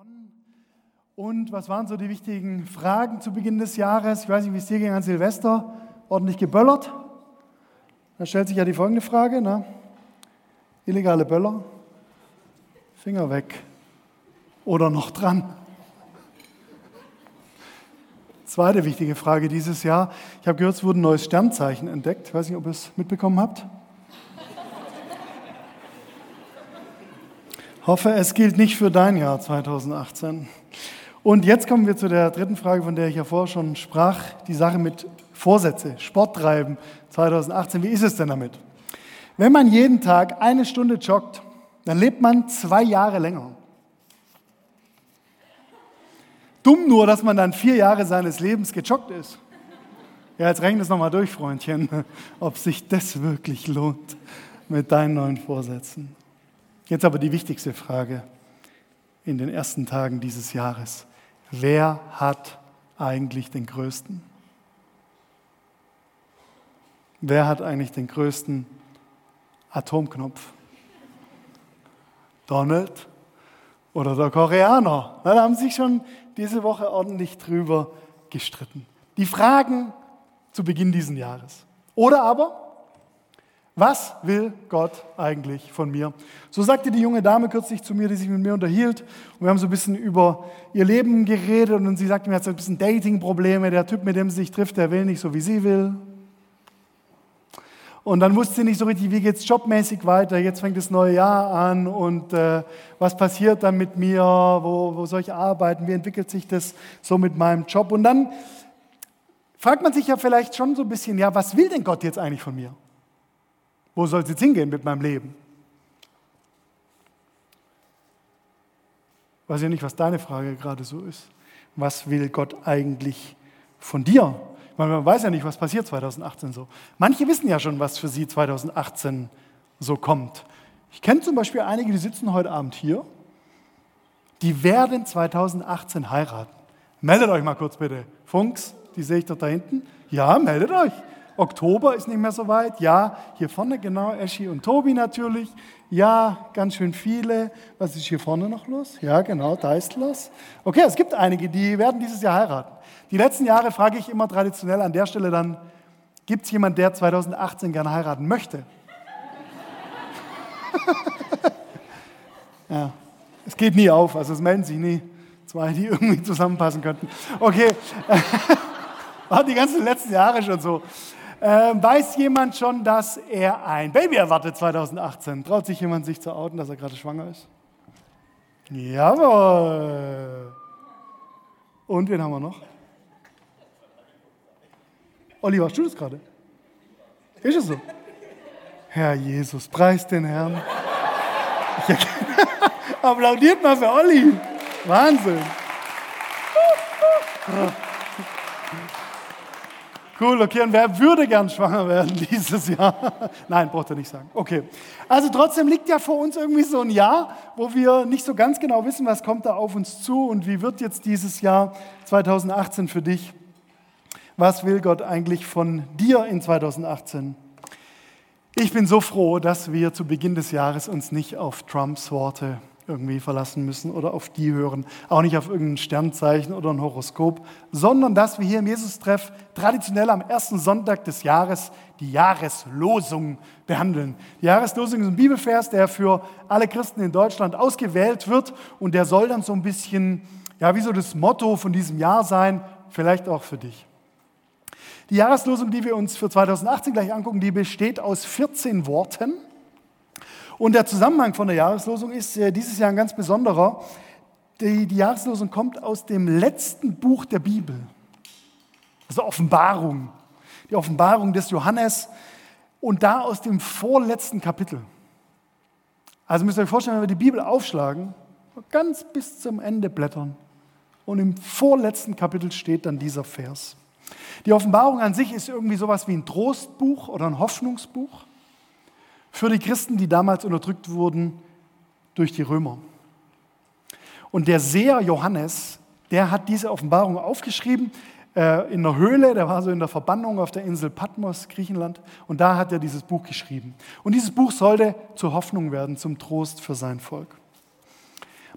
begonnen. Und was waren so die wichtigen Fragen zu Beginn des Jahres? Ich weiß nicht, wie es dir ging an Silvester. Ordentlich geböllert? Da stellt sich ja die folgende Frage, ne? Illegale Böller? Finger weg. Oder noch dran? Zweite wichtige Frage dieses Jahr. Ich habe gehört, es wurde ein neues Sternzeichen entdeckt. Ich weiß nicht, ob ihr es mitbekommen habt. Hoffe, es gilt nicht für dein Jahr 2018. Und jetzt kommen wir zu der dritten Frage, von der ich ja vorher schon sprach, die Sache mit Vorsätze, Sport treiben 2018. Wie ist es denn damit? Wenn man jeden Tag 1 Stunde joggt, dann lebt man 2 Jahre länger. Dumm nur, dass man dann 4 Jahre seines Lebens gejoggt ist. Ja, jetzt rechne das nochmal durch, Freundchen, ob sich das wirklich lohnt mit deinen neuen Vorsätzen. Jetzt aber die wichtigste Frage in den ersten Tagen dieses Jahres. Wer hat eigentlich den größten? Wer hat eigentlich den größten Atomknopf? Donald oder der Koreaner? Da haben sich schon diese Woche ordentlich drüber gestritten. Die Fragen zu Beginn dieses Jahres. Oder aber, was will Gott eigentlich von mir? So sagte die junge Dame kürzlich zu mir, die sich mit mir unterhielt. Und wir haben so ein bisschen über ihr Leben geredet. Und sie sagte mir, sie hat so ein bisschen Dating-Probleme. Der Typ, mit dem sie sich trifft, der will nicht so, wie sie will. Und dann wusste sie nicht so richtig, wie geht es jobmäßig weiter. Jetzt fängt das neue Jahr an. Und was passiert dann mit mir? Wo soll ich arbeiten? Wie entwickelt sich das so mit meinem Job? Und dann fragt man sich ja vielleicht schon so ein bisschen, ja, was will denn Gott jetzt eigentlich von mir? Wo soll es jetzt hingehen mit meinem Leben? Ich weiß ja nicht, was deine Frage gerade so ist. Was will Gott eigentlich von dir? Ich meine, man weiß ja nicht, was passiert 2018 so. Manche wissen ja schon, was für sie 2018 so kommt. Ich kenne zum Beispiel einige, die sitzen heute Abend hier, die werden 2018 heiraten. Meldet euch mal kurz bitte. Funks, die sehe ich doch da hinten. Ja, meldet euch. Oktober ist nicht mehr so weit. Ja, hier vorne genau, Eschi und Tobi natürlich. Ja, ganz schön viele. Was ist hier vorne noch los? Ja, genau, da ist los. Okay, es gibt einige, die werden dieses Jahr heiraten. Die letzten Jahre frage ich immer traditionell an der Stelle dann, gibt es jemanden, der 2018 gerne heiraten möchte? Ja, es geht nie auf, also es melden sich nie 2, die irgendwie zusammenpassen könnten. Okay, war die ganzen letzten Jahre schon so. Weiß jemand schon, dass er ein Baby erwartet 2018? Traut sich jemand, sich zu outen, dass er gerade schwanger ist? Jawohl. Und wen haben wir noch? Olli, warst du das gerade? Ist es so? Herr Jesus, preis den Herrn. Applaudiert mal für Olli. Wahnsinn. Cool, okay, und wer würde gern schwanger werden dieses Jahr? Nein, braucht er nicht sagen. Okay, also trotzdem liegt ja vor uns irgendwie so ein Jahr, wo wir nicht so ganz genau wissen, was kommt da auf uns zu und wie wird jetzt dieses Jahr 2018 für dich? Was will Gott eigentlich von dir in 2018? Ich bin so froh, dass wir zu Beginn des Jahres uns nicht auf Trumps Worte irgendwie verlassen müssen oder auf die hören, auch nicht auf irgendein Sternzeichen oder ein Horoskop, sondern dass wir hier im Jesus-Treff traditionell am ersten Sonntag des Jahres die Jahreslosung behandeln. Die Jahreslosung ist ein Bibelvers, der für alle Christen in Deutschland ausgewählt wird und der soll dann so ein bisschen, ja, wie so das Motto von diesem Jahr sein, vielleicht auch für dich. Die Jahreslosung, die wir uns für 2018 gleich angucken, die besteht aus 14 Worten. Und der Zusammenhang von der Jahreslosung ist dieses Jahr ein ganz besonderer. Die Jahreslosung kommt aus dem letzten Buch der Bibel, also Offenbarung. Die Offenbarung des Johannes und da aus dem vorletzten Kapitel. Also müsst ihr euch vorstellen, wenn wir die Bibel aufschlagen, ganz bis zum Ende blättern und im vorletzten Kapitel steht dann dieser Vers. Die Offenbarung an sich ist irgendwie sowas wie ein Trostbuch oder ein Hoffnungsbuch für die Christen, die damals unterdrückt wurden durch die Römer. Und der Seher Johannes, der hat diese Offenbarung aufgeschrieben in einer Höhle, der war so in der Verbannung auf der Insel Patmos, Griechenland, und da hat er dieses Buch geschrieben. Und dieses Buch sollte zur Hoffnung werden, zum Trost für sein Volk.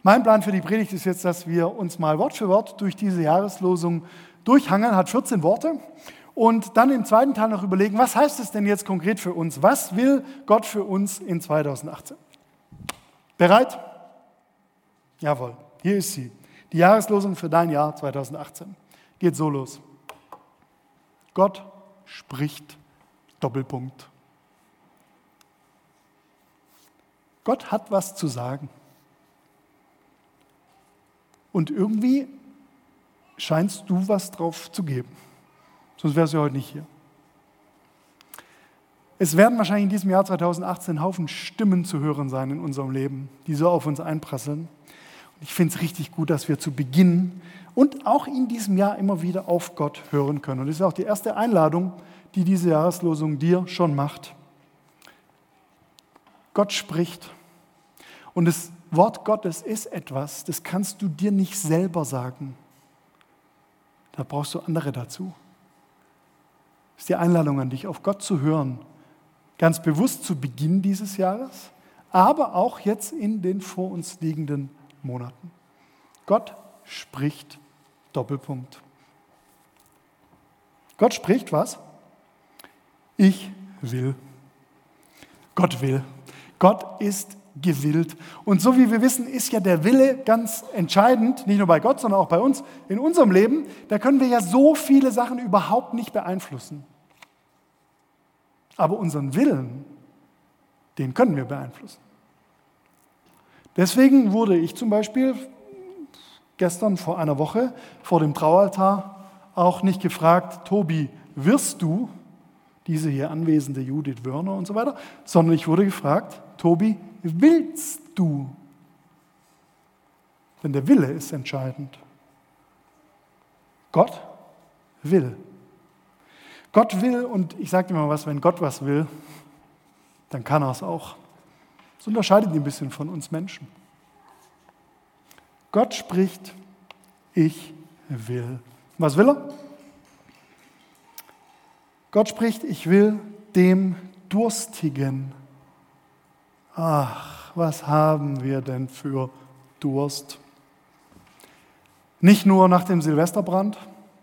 Mein Plan für die Predigt ist jetzt, dass wir uns mal Wort für Wort durch diese Jahreslosung durchhangeln, hat 14 Worte. Und dann im zweiten Teil noch überlegen, was heißt es denn jetzt konkret für uns? Was will Gott für uns in 2018? Bereit? Jawohl, hier ist sie. Die Jahreslosung für dein Jahr 2018. Geht so los. Gott spricht, Doppelpunkt. Gott hat was zu sagen. Und irgendwie scheinst du was drauf zu geben. Sonst wärst du heute nicht hier. Es werden wahrscheinlich in diesem Jahr 2018 ein Haufen Stimmen zu hören sein in unserem Leben, die so auf uns einprasseln. Und ich finde es richtig gut, dass wir zu Beginn und auch in diesem Jahr immer wieder auf Gott hören können. Und das ist auch die erste Einladung, die diese Jahreslosung dir schon macht. Gott spricht. Und das Wort Gottes ist etwas, das kannst du dir nicht selber sagen. Da brauchst du andere dazu. Das ist die Einladung an dich, auf Gott zu hören. Ganz bewusst zu Beginn dieses Jahres, aber auch jetzt in den vor uns liegenden Monaten. Gott spricht, Doppelpunkt. Gott spricht was? Ich will. Gott will. Gott ist gewillt. Und so wie wir wissen, ist ja der Wille ganz entscheidend, nicht nur bei Gott, sondern auch bei uns in unserem Leben. Da können wir ja so viele Sachen überhaupt nicht beeinflussen. Aber unseren Willen, den können wir beeinflussen. Deswegen wurde ich zum Beispiel gestern vor einer Woche vor dem Traualtar auch nicht gefragt, Tobi, wirst du, diese hier anwesende Judith Wörner und so weiter, sondern ich wurde gefragt, Tobi, willst du? Denn der Wille ist entscheidend. Gott will. Gott will, und ich sage dir mal was, wenn Gott was will, dann kann er es auch. Das unterscheidet ihn ein bisschen von uns Menschen. Gott spricht, ich will. Was will er? Gott spricht, ich will dem Durstigen. Ach, was haben wir denn für Durst? Nicht nur nach dem Silvesterbrand,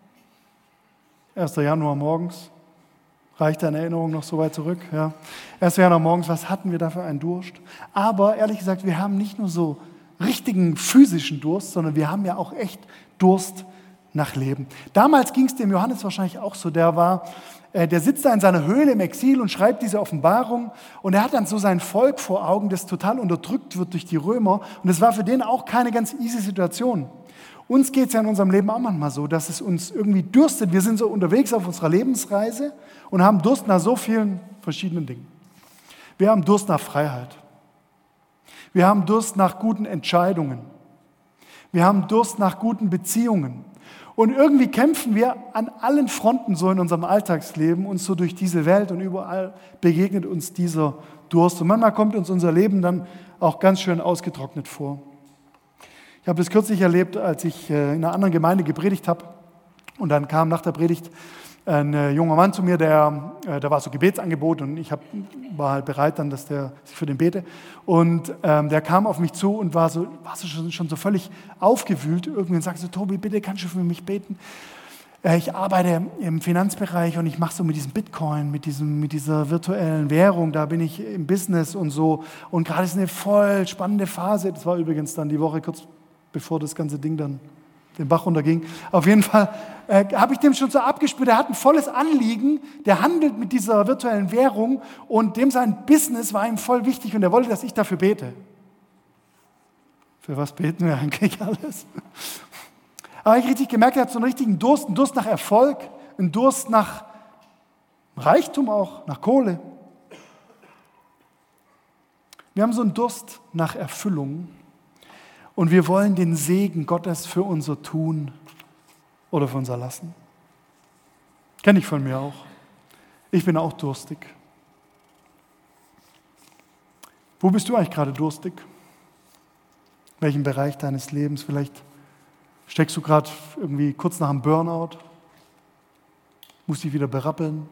1. Januar morgens, reicht deine Erinnerung noch so weit zurück? Ja. 1. Januar morgens, was hatten wir da für einen Durst? Aber ehrlich gesagt, wir haben nicht nur so richtigen physischen Durst, sondern wir haben ja auch echt Durst nach Leben. Damals ging es dem Johannes wahrscheinlich auch so, der sitzt da in seiner Höhle im Exil und schreibt diese Offenbarung und er hat dann so sein Volk vor Augen, das total unterdrückt wird durch die Römer und es war für den auch keine ganz easy Situation. Uns geht es ja in unserem Leben auch manchmal so, dass es uns irgendwie dürstet. Wir sind so unterwegs auf unserer Lebensreise und haben Durst nach so vielen verschiedenen Dingen. Wir haben Durst nach Freiheit. Wir haben Durst nach guten Entscheidungen. Wir haben Durst nach guten Beziehungen. Und irgendwie kämpfen wir an allen Fronten so in unserem Alltagsleben uns so durch diese Welt und überall begegnet uns dieser Durst. Und manchmal kommt uns unser Leben dann auch ganz schön ausgetrocknet vor. Ich habe das kürzlich erlebt, als ich in einer anderen Gemeinde gepredigt habe. Und dann kam nach der Predigt ein junger Mann zu mir, da war so Gebetsangebot und ich war halt bereit dann, dass der sich für den bete. Und der kam auf mich zu und war schon so völlig aufgewühlt irgendwie und sagte so, Tobi, bitte kannst du für mich beten? Ich arbeite im Finanzbereich und ich mache so mit diesem Bitcoin, mit dieser virtuellen Währung, da bin ich im Business und so. Und gerade ist eine voll spannende Phase. Das war übrigens dann die Woche kurz bevor das ganze Ding dann den Bach runterging. Auf jeden Fall habe ich dem schon so abgespürt, er hat ein volles Anliegen, der handelt mit dieser virtuellen Währung und dem sein Business war ihm voll wichtig und er wollte, dass ich dafür bete. Für was beten wir eigentlich alles? Aber ich richtig gemerkt, er hat so einen richtigen Durst, einen Durst nach Erfolg, einen Durst nach Reichtum auch, nach Kohle. Wir haben so einen Durst nach Erfüllung. Und wir wollen den Segen Gottes für unser Tun oder für unser Lassen. Kenne ich von mir auch. Ich bin auch durstig. Wo bist du eigentlich gerade durstig? In welchem Bereich deines Lebens? Vielleicht steckst du gerade irgendwie kurz nach einem Burnout, musst dich wieder berappeln.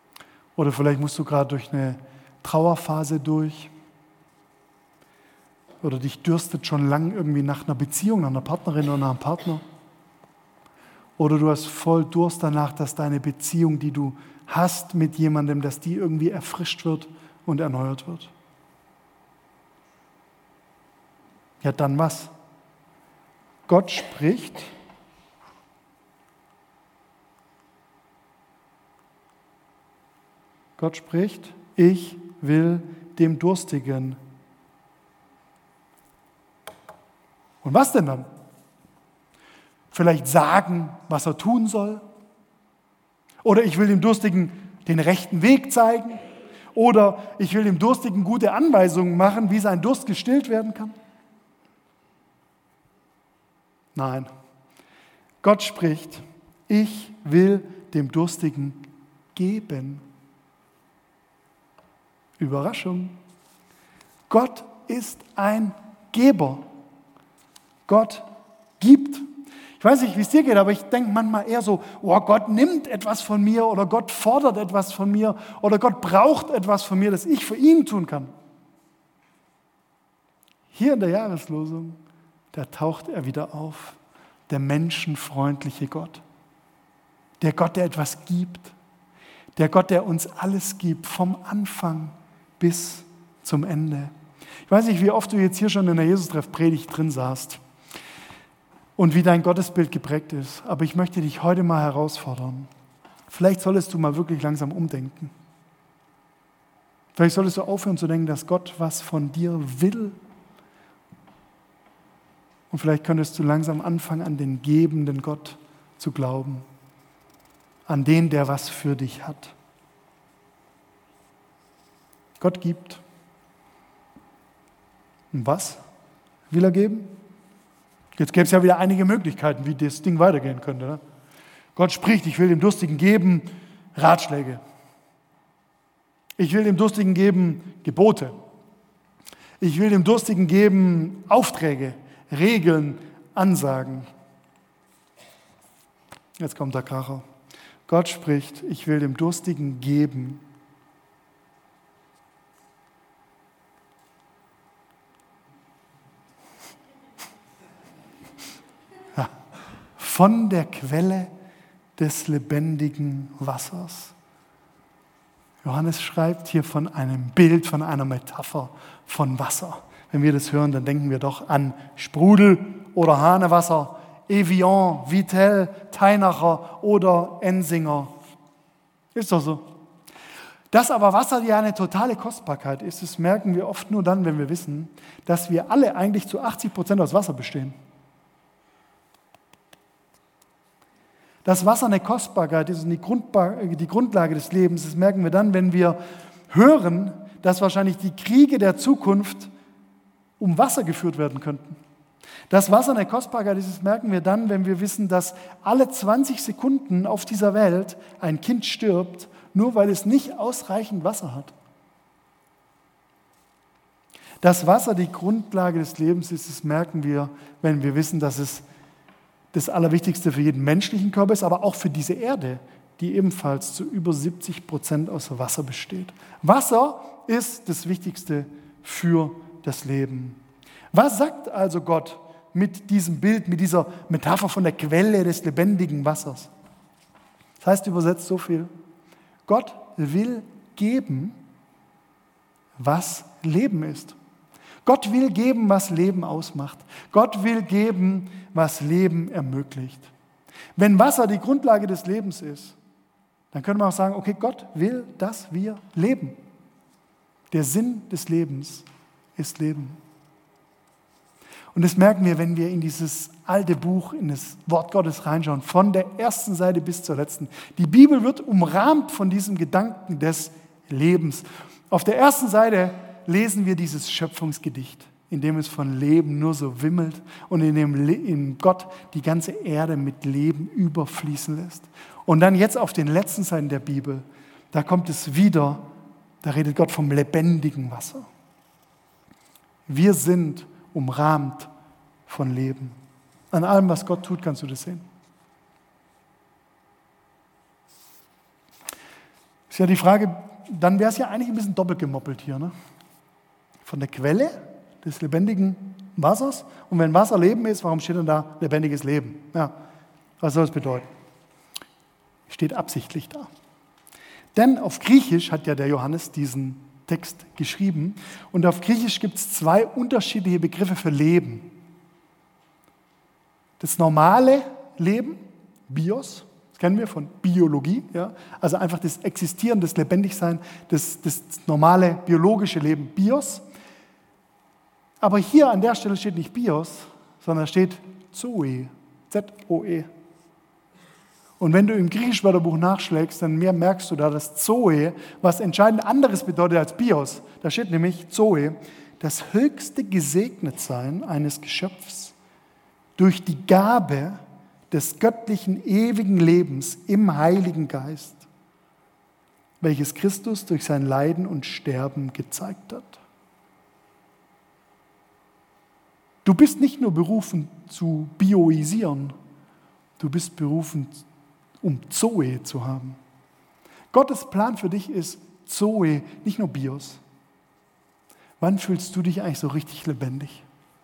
Oder vielleicht musst du gerade durch eine Trauerphase durch. oder dich dürstet schon lang irgendwie nach einer Beziehung, nach einer Partnerin oder nach einem Partner. Oder du hast voll Durst danach, dass deine Beziehung, die du hast mit jemandem, dass die irgendwie erfrischt wird und erneuert wird. Ja, dann was? Gott spricht. Gott spricht, ich will dem Durstigen. Und was denn dann? Vielleicht sagen, was er tun soll? Oder ich will dem Durstigen den rechten Weg zeigen? Oder ich will dem Durstigen gute Anweisungen machen, wie sein Durst gestillt werden kann? Nein, Gott spricht, ich will dem Durstigen geben. Überraschung. Gott ist ein Geber. Gott gibt. Ich weiß nicht, wie es dir geht, aber ich denke manchmal eher so, oh, Gott nimmt etwas von mir oder Gott fordert etwas von mir oder Gott braucht etwas von mir, das ich für ihn tun kann. Hier in der Jahreslosung, da taucht er wieder auf, der menschenfreundliche Gott. Der Gott, der etwas gibt. Der Gott, der uns alles gibt, vom Anfang bis zum Ende. Ich weiß nicht, wie oft du jetzt hier schon in der Jesus-Treff-Predigt drin saßt und wie dein Gottesbild geprägt ist. Aber ich möchte dich heute mal herausfordern. Vielleicht solltest du mal wirklich langsam umdenken. Vielleicht solltest du aufhören zu denken, dass Gott was von dir will. Und vielleicht könntest du langsam anfangen, an den gebenden Gott zu glauben. An den, der was für dich hat. Gott gibt. Und was will er geben? Jetzt gäbe es ja wieder einige Möglichkeiten, wie das Ding weitergehen könnte. Ne? Gott spricht, ich will dem Durstigen geben Ratschläge. Ich will dem Durstigen geben Gebote. Ich will dem Durstigen geben Aufträge, Regeln, Ansagen. Jetzt kommt der Kracher. Gott spricht, ich will dem Durstigen geben. Ja, von der Quelle des lebendigen Wassers. Johannes schreibt hier von einem Bild, von einer Metapher von Wasser. Wenn wir das hören, dann denken wir doch an Sprudel oder Hahnewasser, Evian, Vittel, Teinacher oder Ensinger. Ist doch so. Dass aber Wasser ja eine totale Kostbarkeit ist, das merken wir oft nur dann, wenn wir wissen, dass wir alle eigentlich zu 80% aus Wasser bestehen. Dass Wasser eine Kostbarkeit ist und die Grundlage des Lebens, das merken wir dann, wenn wir hören, dass wahrscheinlich die Kriege der Zukunft um Wasser geführt werden könnten. Dass Wasser eine Kostbarkeit ist, das merken wir dann, wenn wir wissen, dass alle 20 Sekunden auf dieser Welt ein Kind stirbt, nur weil es nicht ausreichend Wasser hat. Dass Wasser die Grundlage des Lebens ist, das merken wir, wenn wir wissen, dass es das Allerwichtigste für jeden menschlichen Körper ist, aber auch für diese Erde, die ebenfalls zu über 70% aus Wasser besteht. Wasser ist das Wichtigste für das Leben. Was sagt also Gott mit diesem Bild, mit dieser Metapher von der Quelle des lebendigen Wassers? Das heißt übersetzt so viel. Gott will geben, was Leben ist. Gott will geben, was Leben ausmacht. Gott will geben, was Leben ermöglicht. Wenn Wasser die Grundlage des Lebens ist, dann können wir auch sagen, okay, Gott will, dass wir leben. Der Sinn des Lebens ist Leben. Und das merken wir, wenn wir in dieses alte Buch, in das Wort Gottes reinschauen, von der ersten Seite bis zur letzten. Die Bibel wird umrahmt von diesem Gedanken des Lebens. Auf der ersten Seite lesen wir dieses Schöpfungsgedicht, in dem es von Leben nur so wimmelt und in dem Gott die ganze Erde mit Leben überfließen lässt. Und dann jetzt auf den letzten Seiten der Bibel, da kommt es wieder, da redet Gott vom lebendigen Wasser. Wir sind umrahmt von Leben. An allem, was Gott tut, kannst du das sehen. Ist ja die Frage, dann wäre es ja eigentlich ein bisschen doppelt gemoppelt hier, ne? Von der Quelle des lebendigen Wassers. Und wenn Wasser Leben ist, warum steht dann da lebendiges Leben? Ja, was soll das bedeuten? Steht absichtlich da. Denn auf Griechisch hat ja der Johannes diesen Text geschrieben. Und auf Griechisch gibt es 2 unterschiedliche Begriffe für Leben. Das normale Leben, Bios, das kennen wir von Biologie, ja? Also einfach das Existieren, das Lebendigsein, das normale biologische Leben, Bios. Aber hier an der Stelle steht nicht Bios, sondern da steht Zoe, Z-O-E. Und wenn du im Griechisch-Wörterbuch nachschlägst, dann merkst du da, dass Zoe was entscheidend anderes bedeutet als Bios. Da steht nämlich Zoe, das höchste Gesegnetsein eines Geschöpfs durch die Gabe des göttlichen ewigen Lebens im Heiligen Geist, welches Christus durch sein Leiden und Sterben gezeigt hat. Du bist nicht nur berufen zu bioisieren, du bist berufen, um Zoe zu haben. Gottes Plan für dich ist Zoe, nicht nur Bios. Wann fühlst du dich eigentlich so richtig lebendig?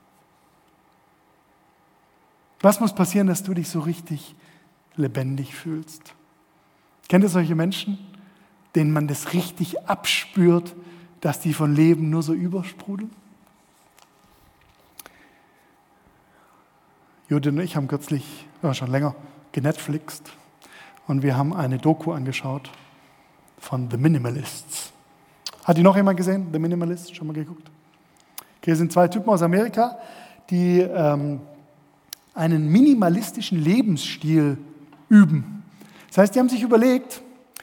Was muss passieren, dass du dich so richtig lebendig fühlst? Kennt ihr solche Menschen, denen man das richtig abspürt, dass die von Leben nur so übersprudeln? Judith und ich haben kürzlich, schon länger, genetflixt und wir haben eine Doku angeschaut von The Minimalists. Hat die noch jemand gesehen? The Minimalists, schon mal geguckt? Okay, das sind 2 Typen aus Amerika, die einen minimalistischen Lebensstil üben. Das heißt, die haben sich überlegt,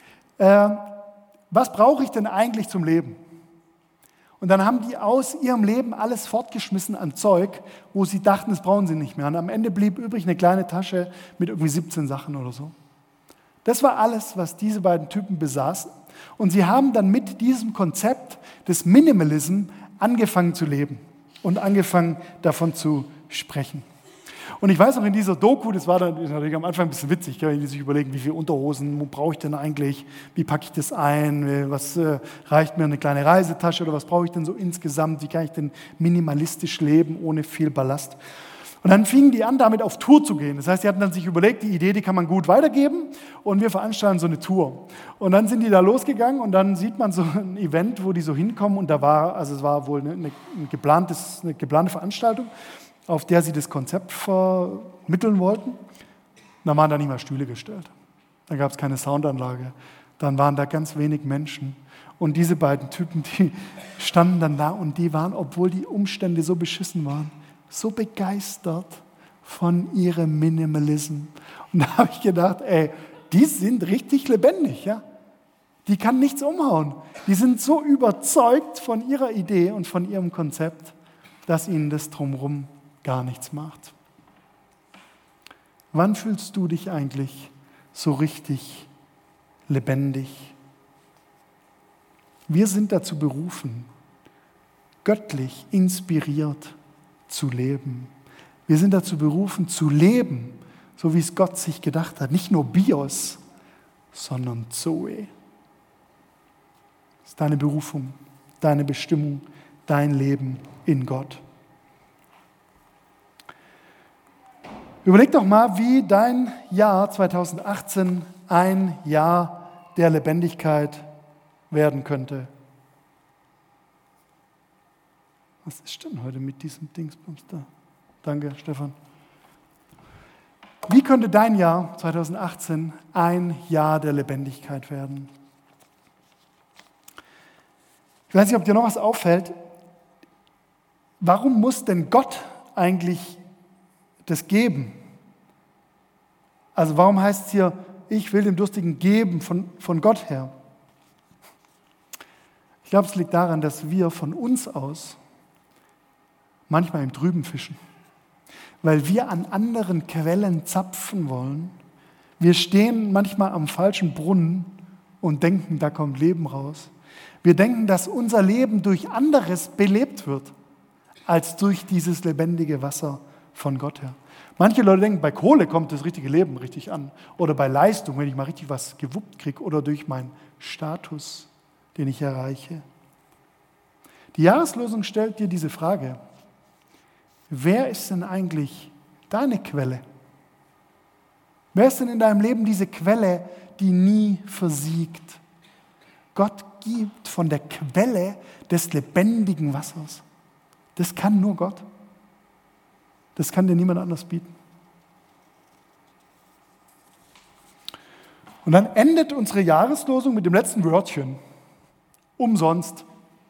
was brauche ich denn eigentlich zum Leben? Und dann haben die aus ihrem Leben alles fortgeschmissen an Zeug, wo sie dachten, das brauchen sie nicht mehr. Und am Ende blieb übrig eine kleine Tasche mit irgendwie 17 Sachen oder so. Das war alles, was diese beiden Typen besaßen. Und sie haben dann mit diesem Konzept des Minimalism angefangen zu leben und angefangen davon zu sprechen. Und ich weiß noch, in dieser Doku, das war dann natürlich am Anfang ein bisschen witzig, wenn die sich überlegen, wie viele Unterhosen brauche ich denn eigentlich, wie packe ich das ein, was reicht mir eine kleine Reisetasche oder was brauche ich denn so insgesamt, wie kann ich denn minimalistisch leben, ohne viel Ballast. Und dann fingen die an, damit auf Tour zu gehen. Das heißt, die hatten dann sich überlegt, die Idee, die kann man gut weitergeben und wir veranstalten so eine Tour. Und dann sind die da losgegangen und dann sieht man so ein Event, wo die so hinkommen und da war, also es war wohl eine geplante Veranstaltung, auf der sie das Konzept vermitteln wollten. Da waren da nicht mal Stühle gestellt. Da gab es keine Soundanlage. Dann waren da ganz wenig Menschen. Und diese beiden Typen, die standen dann da und die waren, obwohl die Umstände so beschissen waren, so begeistert von ihrem Minimalism. Und da habe ich gedacht, die sind richtig lebendig, ja. Die kann nichts umhauen. Die sind so überzeugt von ihrer Idee und von ihrem Konzept, dass ihnen das drumherum gar nichts macht. Wann fühlst du dich eigentlich so richtig lebendig? Wir sind dazu berufen, göttlich inspiriert zu leben. Wir sind dazu berufen, zu leben, so wie es Gott sich gedacht hat. Nicht nur Bios, sondern Zoe. Das ist deine Berufung, deine Bestimmung, dein Leben in Gott. Überleg doch mal, wie dein Jahr 2018 ein Jahr der Lebendigkeit werden könnte. Was ist denn heute mit diesem Dingsbums da? Danke, Stefan. Wie könnte dein Jahr 2018 ein Jahr der Lebendigkeit werden? Ich weiß nicht, ob dir noch was auffällt. Warum muss denn Gott eigentlich das Geben? Also warum heißt es hier, ich will dem Durstigen geben von Gott her? Ich glaube, es liegt daran, dass wir von uns aus manchmal im Trüben fischen, weil wir an anderen Quellen zapfen wollen. Wir stehen manchmal am falschen Brunnen und denken, da kommt Leben raus. Wir denken, dass unser Leben durch anderes belebt wird, als durch dieses lebendige Wasser von Gott her. Manche Leute denken, bei Kohle kommt das richtige Leben richtig an. Oder bei Leistung, wenn ich mal richtig was gewuppt kriege. Oder durch meinen Status, den ich erreiche. Die Jahreslosung stellt dir diese Frage. wer ist denn eigentlich deine Quelle? Wer ist denn in deinem Leben diese Quelle, die nie versiegt? Gott gibt von der Quelle des lebendigen Wassers. Das kann nur Gott. Das kann dir niemand anders bieten. Und dann endet unsere Jahreslosung mit dem letzten Wörtchen. Umsonst.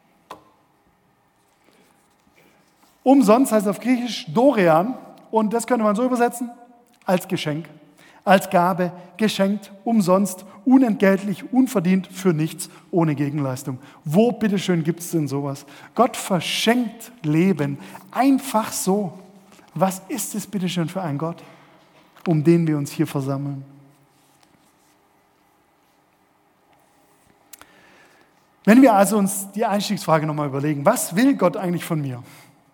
Umsonst heißt auf Griechisch Dorean und das könnte man so übersetzen, als Geschenk, als Gabe, geschenkt, umsonst, unentgeltlich, unverdient, für nichts, ohne Gegenleistung. Wo bitteschön gibt es denn sowas? Gott verschenkt Leben einfach so. Was ist es bitteschön für ein Gott, um den wir uns hier versammeln? Wenn wir also uns die Einstiegsfrage nochmal überlegen, was will Gott eigentlich von mir?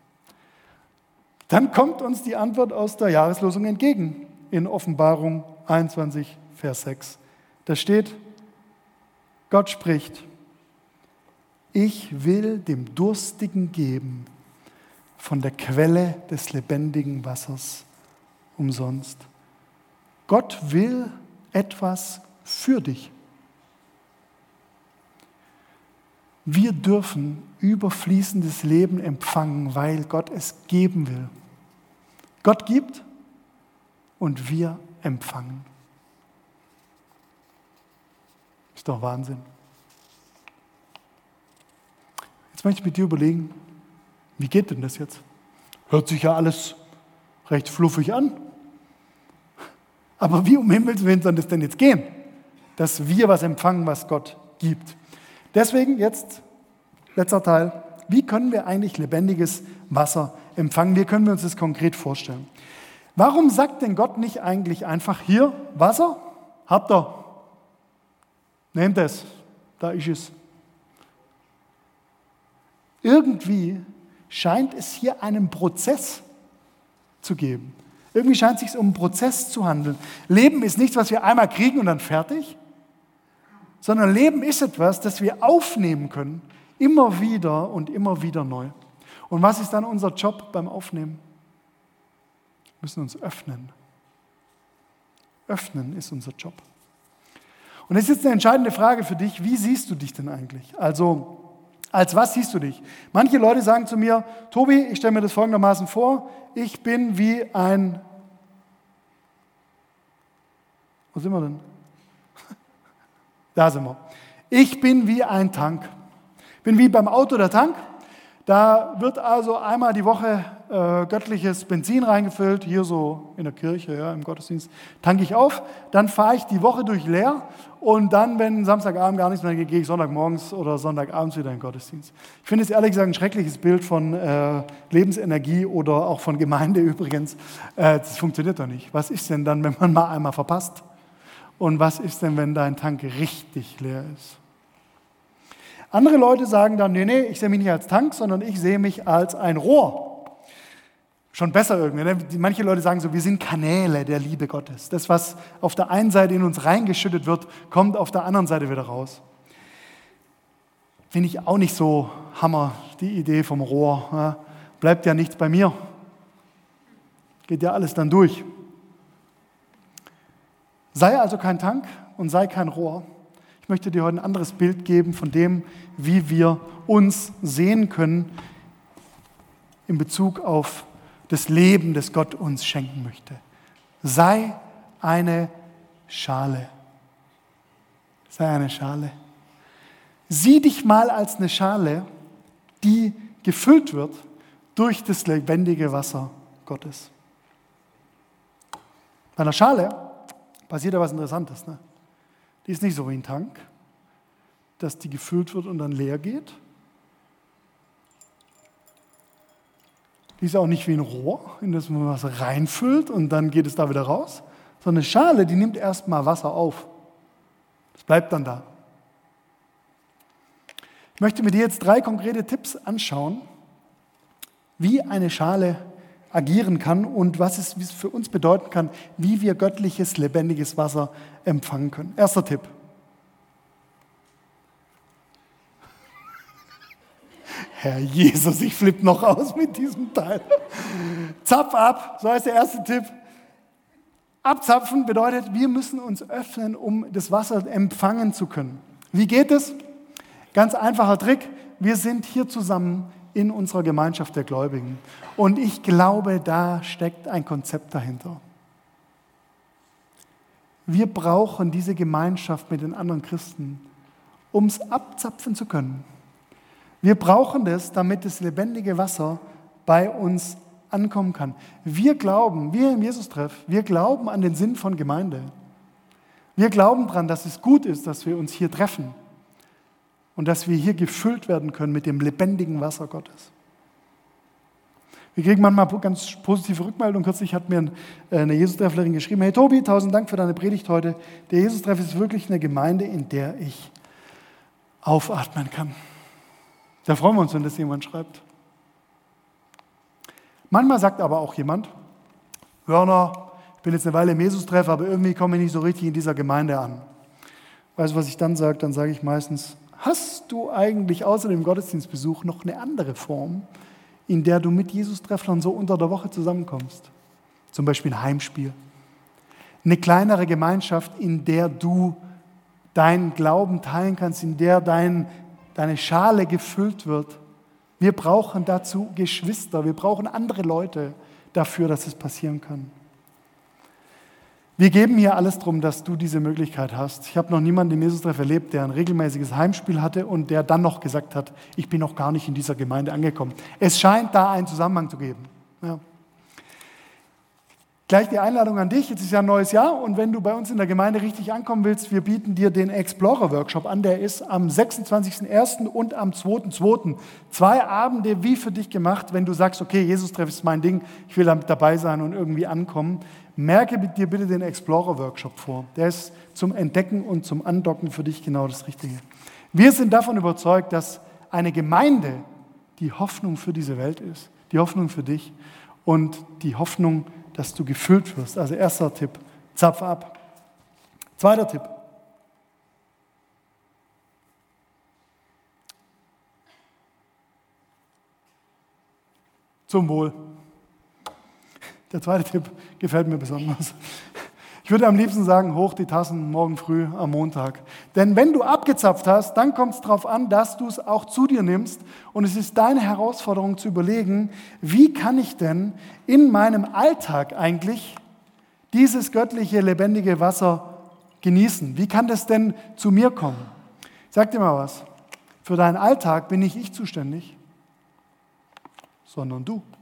Dann kommt uns die Antwort aus der Jahreslosung entgegen in Offenbarung 21, Vers 6. Da steht, Gott spricht, ich will dem Durstigen geben von der Quelle des lebendigen Wassers umsonst. Gott will etwas für dich. Wir dürfen überfließendes Leben empfangen, weil Gott es geben will. Gott gibt und wir empfangen. Ist doch Wahnsinn. Jetzt möchte ich mit dir überlegen, wie geht denn das jetzt? Hört sich ja alles recht fluffig an. Aber wie um Himmels Willen soll das denn jetzt gehen, dass wir was empfangen, was Gott gibt? Deswegen jetzt, letzter Teil, wie können wir eigentlich lebendiges Wasser empfangen? Wie können wir uns das konkret vorstellen? Warum sagt denn Gott nicht eigentlich einfach, hier, Wasser, habt ihr, nehmt es, da ist es. Irgendwie scheint es hier einen Prozess zu geben. Irgendwie scheint es sich um einen Prozess zu handeln. Leben ist nichts, was wir einmal kriegen und dann fertig, sondern Leben ist etwas, das wir aufnehmen können, immer wieder und immer wieder neu. Und was ist dann unser Job beim Aufnehmen? Wir müssen uns öffnen. Öffnen ist unser Job. Und es ist jetzt eine entscheidende Frage für dich, wie siehst du dich denn eigentlich? Also, als was siehst du dich? Manche Leute sagen zu mir, Tobi, ich stelle mir das folgendermaßen vor, ich bin wie ein... Wo sind wir denn? Da sind wir. Ich bin wie ein Tank. Ich bin wie beim Auto der Tank. Da wird also einmal die Woche göttliches Benzin reingefüllt, hier so in der Kirche, ja, im Gottesdienst, tanke ich auf, dann fahre ich die Woche durch leer und dann, wenn Samstagabend gar nichts mehr geht, gehe ich Sonntagmorgens oder Sonntagabends wieder in den Gottesdienst. Ich finde es ehrlich gesagt ein schreckliches Bild von Lebensenergie oder auch von Gemeinde übrigens. Das funktioniert doch nicht. Was ist denn dann, wenn man mal einmal verpasst? Und was ist denn, wenn dein Tank richtig leer ist? Andere Leute sagen dann, nee, ich sehe mich nicht als Tank, sondern ich sehe mich als ein Rohr. Schon besser irgendwie. Ne? Manche Leute sagen so, wir sind Kanäle der Liebe Gottes. Das, was auf der einen Seite in uns reingeschüttet wird, kommt auf der anderen Seite wieder raus. Finde ich auch nicht so Hammer, die Idee vom Rohr. Ja? Bleibt ja nichts bei mir. Geht ja alles dann durch. Sei also kein Tank und sei kein Rohr. Ich möchte dir heute ein anderes Bild geben von dem, wie wir uns sehen können in Bezug auf das Leben, das Gott uns schenken möchte. Sei eine Schale. Sei eine Schale. Sieh dich mal als eine Schale, die gefüllt wird durch das lebendige Wasser Gottes. Bei einer Schale passiert ja was Interessantes. Ne? Die ist nicht so wie ein Tank, dass die gefüllt wird und dann leer geht. Die ist auch nicht wie ein Rohr, in das man was reinfüllt und dann geht es da wieder raus. Sondern eine Schale, die nimmt erstmal Wasser auf. Das bleibt dann da. Ich möchte mit dir jetzt 3 konkrete Tipps anschauen, wie eine Schale agieren kann und was es für uns bedeuten kann, wie wir göttliches, lebendiges Wasser empfangen können. Erster Tipp. Herr Jesus, ich flippe noch aus mit diesem Teil. Zapf ab, so heißt der erste Tipp. Abzapfen bedeutet, wir müssen uns öffnen, um das Wasser empfangen zu können. Wie geht es? Ganz einfacher Trick. Wir sind hier zusammen in unserer Gemeinschaft der Gläubigen. Und ich glaube, da steckt ein Konzept dahinter. Wir brauchen diese Gemeinschaft mit den anderen Christen, um es abzapfen zu können. Wir brauchen das, damit das lebendige Wasser bei uns ankommen kann. Wir glauben, wir im Jesus-Treff, wir glauben an den Sinn von Gemeinde. Wir glauben daran, dass es gut ist, dass wir uns hier treffen und dass wir hier gefüllt werden können mit dem lebendigen Wasser Gottes. Wir kriegen manchmal ganz positive Rückmeldungen. Kürzlich hat mir eine Jesus-Trefflerin geschrieben: Hey Tobi, 1000 Dank für deine Predigt heute. Der Jesus-Treff ist wirklich eine Gemeinde, in der ich aufatmen kann. Da freuen wir uns, wenn das jemand schreibt. Manchmal sagt aber auch jemand: Werner, ich bin jetzt eine Weile im Jesus-Treff, aber irgendwie komme ich nicht so richtig in dieser Gemeinde an. Weißt du, was ich dann sage? Dann sage ich meistens: Hast du eigentlich außer dem Gottesdienstbesuch noch eine andere Form, in der du mit Jesus-Trefflern so unter der Woche zusammenkommst? Zum Beispiel ein Heimspiel. Eine kleinere Gemeinschaft, in der du deinen Glauben teilen kannst, in der deine Schale gefüllt wird. Wir brauchen dazu Geschwister, wir brauchen andere Leute dafür, dass es passieren kann. Wir geben hier alles drum, dass du diese Möglichkeit hast. Ich habe noch niemanden im Jesus-Treff erlebt, der ein regelmäßiges Heimspiel hatte und der dann noch gesagt hat: Ich bin noch gar nicht in dieser Gemeinde angekommen. Es scheint da einen Zusammenhang zu geben. Ja. Gleich die Einladung an dich. Jetzt ist ja ein neues Jahr und wenn du bei uns in der Gemeinde richtig ankommen willst, wir bieten dir den Explorer-Workshop an. Der ist am 26.01. und am 2.02. 2 Abende wie für dich gemacht, wenn du sagst: Okay, Jesus-Treff ist mein Ding, ich will damit dabei sein und irgendwie ankommen. Merke dir bitte den Explorer-Workshop vor. Der ist zum Entdecken und zum Andocken für dich genau das Richtige. Wir sind davon überzeugt, dass eine Gemeinde die Hoffnung für diese Welt ist, die Hoffnung für dich und die Hoffnung, dass du gefüllt wirst. Also erster Tipp, zapf ab. Zweiter Tipp. Zum Wohl. Der zweite Tipp gefällt mir besonders. Ich würde am liebsten sagen: Hoch die Tassen morgen früh am Montag. Denn wenn du abgezapft hast, dann kommt es darauf an, dass du es auch zu dir nimmst. Und es ist deine Herausforderung zu überlegen: Wie kann ich denn in meinem Alltag eigentlich dieses göttliche, lebendige Wasser genießen? Wie kann das denn zu mir kommen? Ich sag dir mal was: Für deinen Alltag bin nicht ich zuständig, sondern du.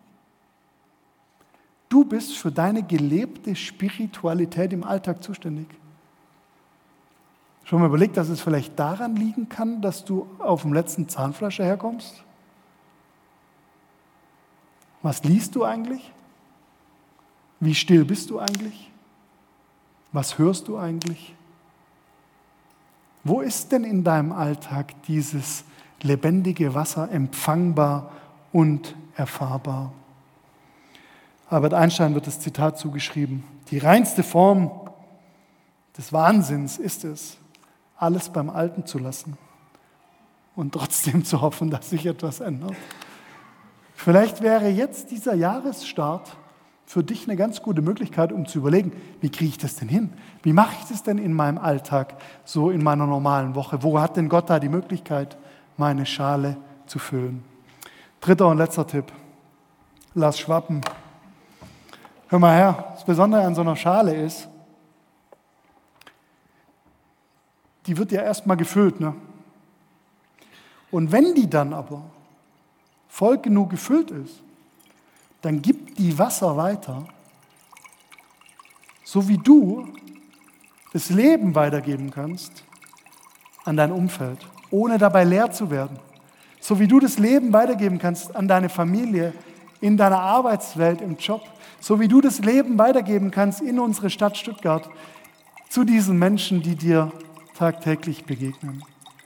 Du bist für deine gelebte Spiritualität im Alltag zuständig. Schon mal überlegt, dass es vielleicht daran liegen kann, dass du auf dem letzten Zahnfleisch herkommst? Was liest du eigentlich? Wie still bist du eigentlich? Was hörst du eigentlich? Wo ist denn in deinem Alltag dieses lebendige Wasser empfangbar und erfahrbar? Albert Einstein wird das Zitat zugeschrieben: Die reinste Form des Wahnsinns ist es, alles beim Alten zu lassen und trotzdem zu hoffen, dass sich etwas ändert. Vielleicht wäre jetzt dieser Jahresstart für dich eine ganz gute Möglichkeit, um zu überlegen: Wie kriege ich das denn hin? Wie mache ich das denn in meinem Alltag, so in meiner normalen Woche? Wo hat denn Gott da die Möglichkeit, meine Schale zu füllen? Dritter und letzter Tipp: Lass schwappen. Hör mal her, das Besondere an so einer Schale ist, die wird ja erstmal gefüllt, ne? Und wenn die dann aber voll genug gefüllt ist, dann gibt die Wasser weiter, so wie du das Leben weitergeben kannst an dein Umfeld, ohne dabei leer zu werden. So wie du das Leben weitergeben kannst an deine Familie, in deiner Arbeitswelt, im Job. So wie du das Leben weitergeben kannst in unsere Stadt Stuttgart zu diesen Menschen, die dir tagtäglich begegnen.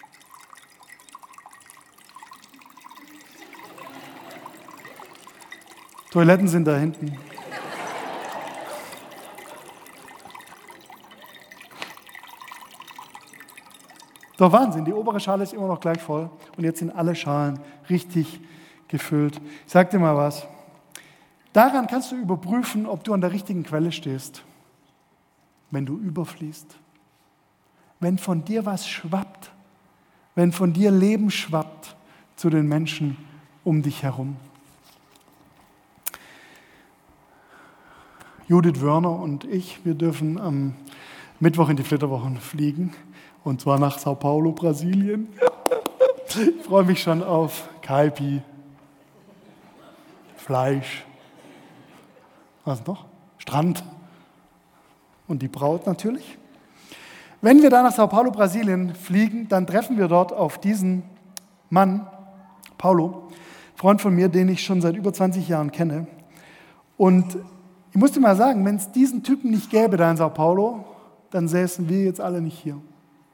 Toiletten sind da hinten. Doch Wahnsinn, die obere Schale ist immer noch gleich voll und jetzt sind alle Schalen richtig gefüllt. Ich sag dir mal was. Daran kannst du überprüfen, ob du an der richtigen Quelle stehst, wenn du überfließt. Wenn von dir was schwappt, wenn von dir Leben schwappt zu den Menschen um dich herum. Judith Wörner und ich, wir dürfen am Mittwoch in die Flitterwochen fliegen, und zwar nach Sao Paulo, Brasilien. Ich freue mich schon auf Kaipi, Fleisch, was noch? Strand und die Braut natürlich. Wenn wir da nach Sao Paulo, Brasilien fliegen, dann treffen wir dort auf diesen Mann, Paulo, Freund von mir, den ich schon seit über 20 Jahren kenne. Und ich muss dir mal sagen, wenn es diesen Typen nicht gäbe da in Sao Paulo, dann säßen wir jetzt alle nicht hier.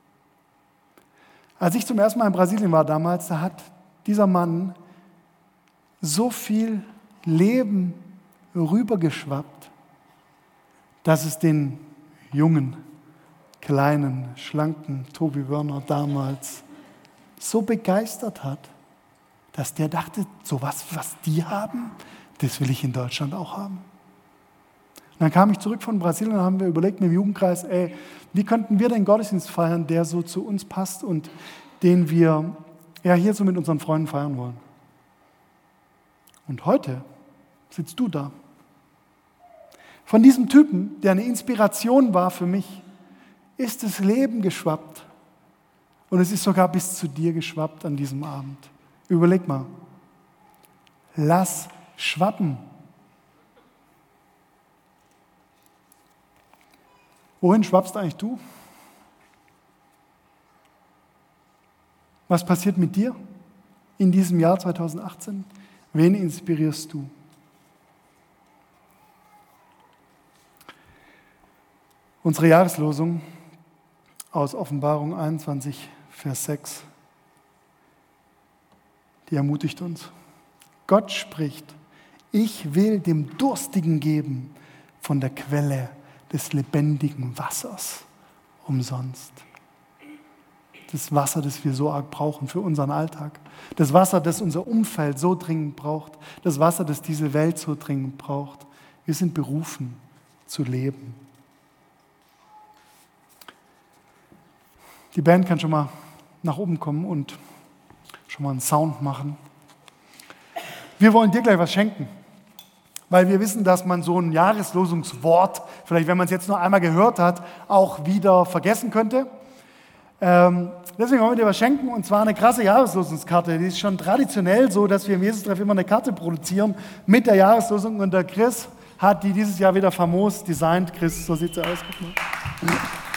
Als ich zum ersten Mal in Brasilien war damals, da hat dieser Mann so viel Leben rübergeschwappt, dass es den jungen, kleinen, schlanken Tobi Wörner damals so begeistert hat, dass der dachte, sowas, was die haben, das will ich in Deutschland auch haben. Und dann kam ich zurück von Brasilien und haben wir überlegt mit dem Jugendkreis, wie könnten wir den Gottesdienst feiern, der so zu uns passt und den wir hier so mit unseren Freunden feiern wollen. Und heute sitzt du da. Von diesem Typen, der eine Inspiration war für mich, ist das Leben geschwappt. Und es ist sogar bis zu dir geschwappt an diesem Abend. Überleg mal. Lass schwappen. Wohin schwappst eigentlich du? Was passiert mit dir in diesem Jahr 2018? Wen inspirierst du? Unsere Jahreslosung aus Offenbarung 21, Vers 6, die ermutigt uns. Gott spricht, ich will dem Durstigen geben von der Quelle des lebendigen Wassers umsonst. Das Wasser, das wir so arg brauchen für unseren Alltag. Das Wasser, das unser Umfeld so dringend braucht. Das Wasser, das diese Welt so dringend braucht. Wir sind berufen zu leben. Die Band kann schon mal nach oben kommen und schon mal einen Sound machen. Wir wollen dir gleich was schenken, weil wir wissen, dass man so ein Jahreslosungswort, vielleicht wenn man es jetzt nur einmal gehört hat, auch wieder vergessen könnte. Deswegen wollen wir dir was schenken, und zwar eine krasse Jahreslosungskarte. Die ist schon traditionell so, dass wir im Jesus-Treff immer eine Karte produzieren mit der Jahreslosung, und der Chris hat die dieses Jahr wieder famos designt. Chris, so sieht sie aus. Guck mal.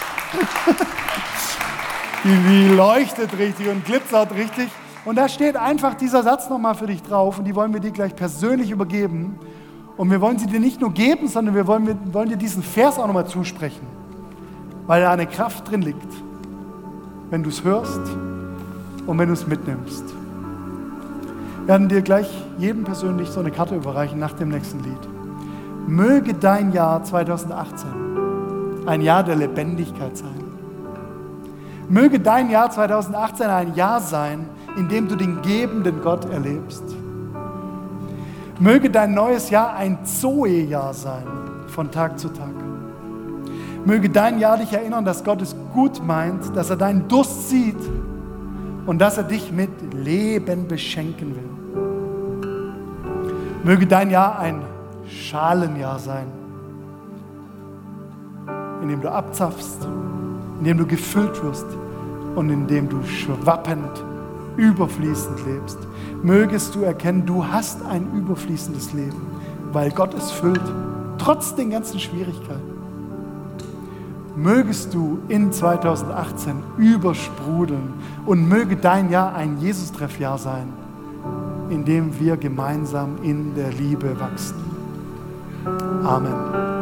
Die leuchtet richtig und glitzert richtig. Und da steht einfach dieser Satz nochmal für dich drauf, und die wollen wir dir gleich persönlich übergeben. Und wir wollen sie dir nicht nur geben, sondern wir wollen dir diesen Vers auch nochmal zusprechen, weil da eine Kraft drin liegt, wenn du es hörst und wenn du es mitnimmst. Wir werden dir gleich jedem persönlich so eine Karte überreichen nach dem nächsten Lied. Möge dein Jahr 2018 ein Jahr der Lebendigkeit sein. Möge dein Jahr 2018 ein Jahr sein, in dem du den gebenden Gott erlebst. Möge dein neues Jahr ein Zoe-Jahr sein, von Tag zu Tag. Möge dein Jahr dich erinnern, dass Gott es gut meint, dass er deinen Durst sieht und dass er dich mit Leben beschenken will. Möge dein Jahr ein Schalenjahr sein, in dem du abzapfst, in dem du gefüllt wirst und in dem du schwappend, überfließend lebst. Mögest du erkennen, du hast ein überfließendes Leben, weil Gott es füllt, trotz den ganzen Schwierigkeiten. Mögest du in 2018 übersprudeln und möge dein Jahr ein Jesus-Treff-Jahr sein, in dem wir gemeinsam in der Liebe wachsen. Amen.